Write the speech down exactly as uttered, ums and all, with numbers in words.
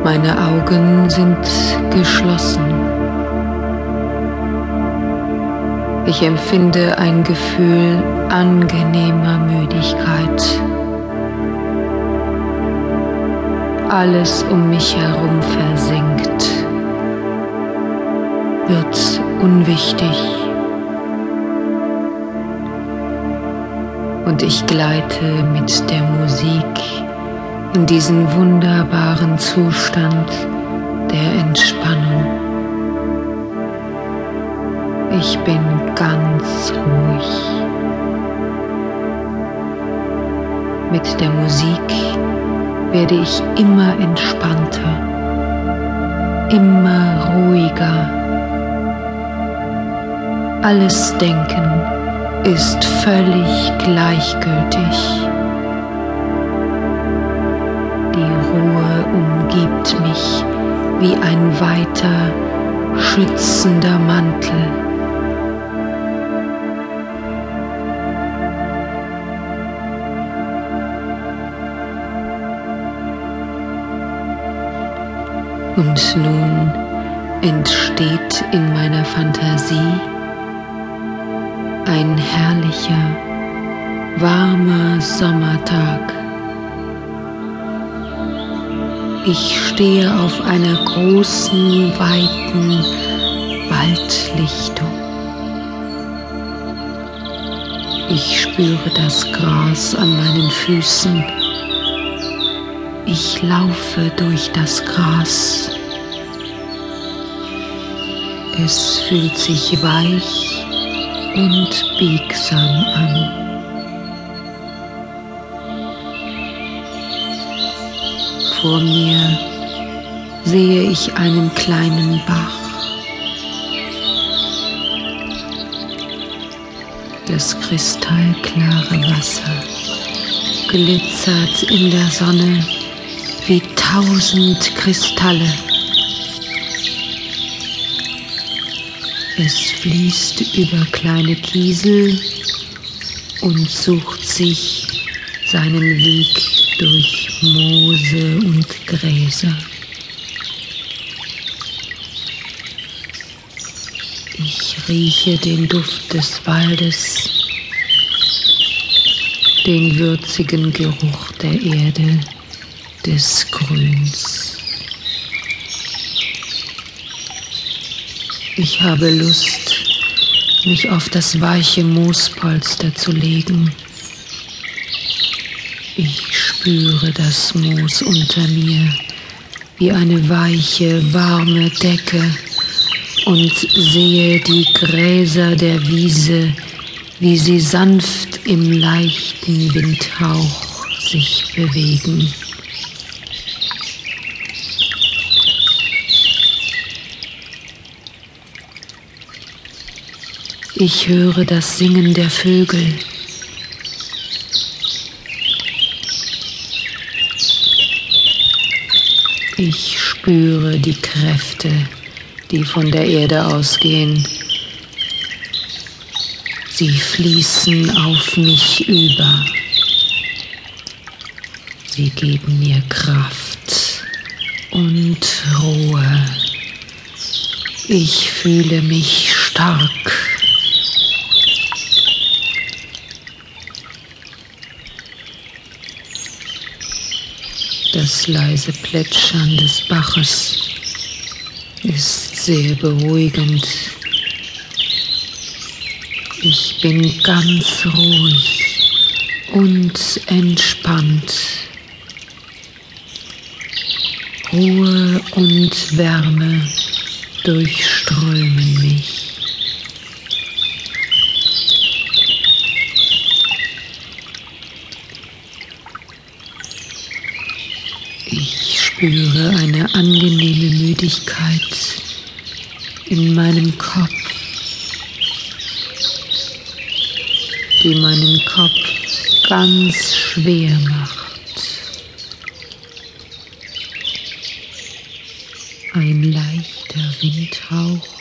Meine Augen sind geschlossen. Ich empfinde ein Gefühl angenehmer Müdigkeit. Alles um mich herum versinkt, wird unwichtig. Und ich gleite mit der Musik in diesen wunderbaren Zustand der Entspannung. Ich bin ganz ruhig. Mit der Musik werde ich immer entspannter, immer ruhiger. Alles Denken ist völlig gleichgültig. Die Ruhe umgibt mich wie ein weiter, schützender Mantel. Und nun entsteht in meiner Fantasie ein herrlicher, warmer Sommertag. Ich stehe auf einer großen, weiten Waldlichtung. Ich spüre das Gras an meinen Füßen. Ich laufe durch das Gras. Es fühlt sich weich und biegsam an. Vor mir sehe ich einen kleinen Bach. Das kristallklare Wasser glitzert in der Sonne wie tausend Kristalle. Es fließt über kleine Kiesel und sucht sich seinen Weg durch Moose und Gräser. Ich rieche den Duft des Waldes, den würzigen Geruch der Erde, des Grüns. Ich habe Lust, mich auf das weiche Moospolster zu legen. Ich spüre das Moos unter mir wie eine weiche, warme Decke und sehe die Gräser der Wiese, wie sie sanft im leichten Windhauch sich bewegen. Ich höre das Singen der Vögel. Ich spüre die Kräfte, die von der Erde ausgehen. Sie fließen auf mich über. Sie geben mir Kraft und Ruhe. Ich fühle mich stark. Das leise Plätschern des Baches ist sehr beruhigend. Ich bin ganz ruhig und entspannt. Ruhe und Wärme durchströmen mich. Ich spüre eine angenehme Müdigkeit in meinem Kopf, die meinen Kopf ganz schwer macht. Ein leichter Windhauch